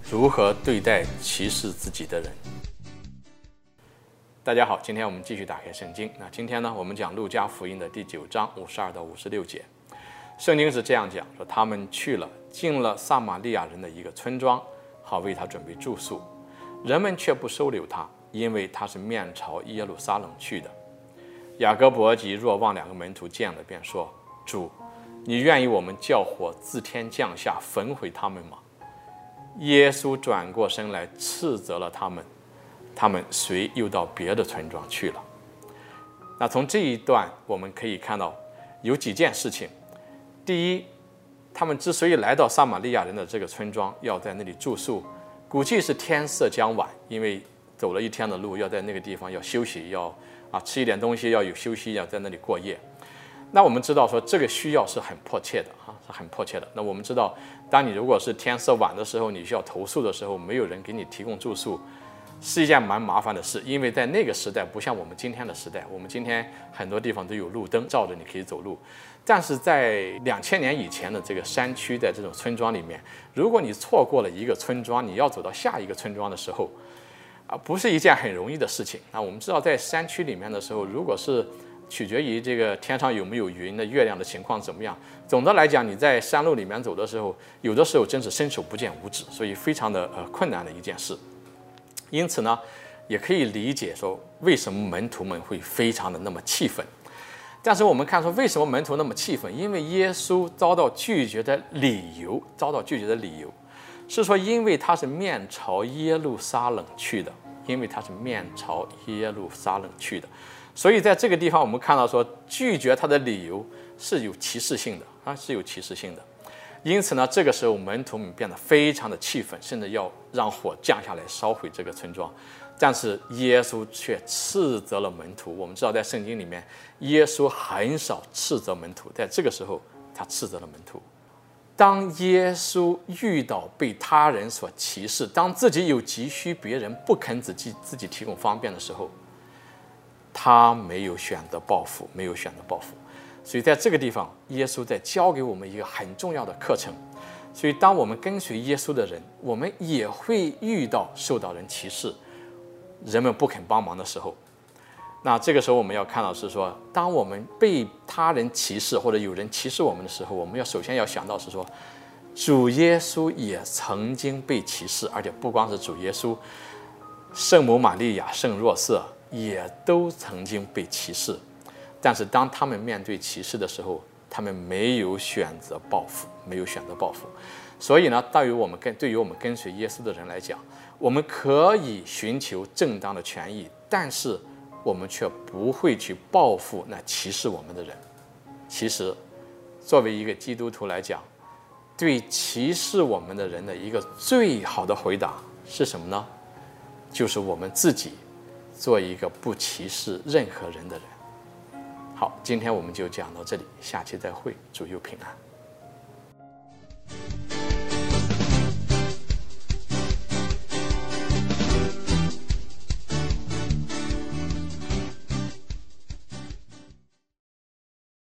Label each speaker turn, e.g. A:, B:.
A: 如何对待歧视自己的人。大家好，今天我们继续打开圣经。那今天呢，我们讲路加福音的第9章52到56节。圣经是这样讲说，他们去了，进了撒玛利亚人的一个村庄，好为他准备住宿。人们却不收留他，因为他是面朝耶路撒冷去的。雅各伯及若望2个门徒见了，便说：主，你愿意我们叫火自天降下，焚毁他们吗？耶稣转过身来斥责了他们，他们遂又到别的村庄去了。那从这一段我们可以看到有几件事情。第一，他们之所以来到撒玛利亚人的这个村庄，要在那里住宿，估计是天色将晚，因为走了一天的路，要在那个地方要休息，要吃一点东西，要有休息，要在那里过夜。那我们知道说这个需要是很迫切的是很迫切的。那我们知道，当你如果是天色晚的时候，你需要投宿的时候，没有人给你提供住宿，是一件蛮麻烦的事。因为在那个时代不像我们今天的时代，我们今天很多地方都有路灯照着你可以走路，但是在2000年以前的这个山区，在这种村庄里面，如果你错过了一个村庄，你要走到下一个村庄的时候不是一件很容易的事情。那我们知道在山区里面的时候，如果是取决于这个天上有没有云的月亮的情况怎么样。总的来讲，你在山路里面走的时候，有的时候真是伸手不见五指，所以非常的困难的一件事。因此呢，也可以理解说为什么门徒们会非常的那么气愤。但是我们看说为什么门徒那么气愤，因为耶稣遭到拒绝的理由是说，因为他是面朝耶路撒冷去的，所以在这个地方我们看到说，拒绝他的理由是有歧视性的，因此呢，这个时候门徒们变得非常的气愤，甚至要让火降下来烧毁这个村庄。但是耶稣却斥责了门徒。我们知道在圣经里面，耶稣很少斥责门徒，在这个时候他斥责了门徒。当耶稣遇到被他人所歧视，当自己有急需别人不肯自己提供方便的时候，他没有选择报复。所以在这个地方，耶稣在教给我们一个很重要的课程。所以当我们跟随耶稣的人，我们也会遇到受到人歧视，人们不肯帮忙的时候。那这个时候我们要看到是说，当我们被他人歧视或者有人歧视我们的时候，我们首先要想到是说，主耶稣也曾经被歧视，而且不光是主耶稣，圣母玛利亚、圣若瑟也都曾经被歧视。但是当他们面对歧视的时候，他们没有选择报复。所以呢，对于我们跟随耶稣的人来讲，我们可以寻求正当的权益，但是我们却不会去报复那歧视我们的人。其实作为一个基督徒来讲，对歧视我们的人的一个最好的回答是什么呢？就是我们自己做一个不歧视任何人的人。好，今天我们就讲到这里，下期再会，主佑平安。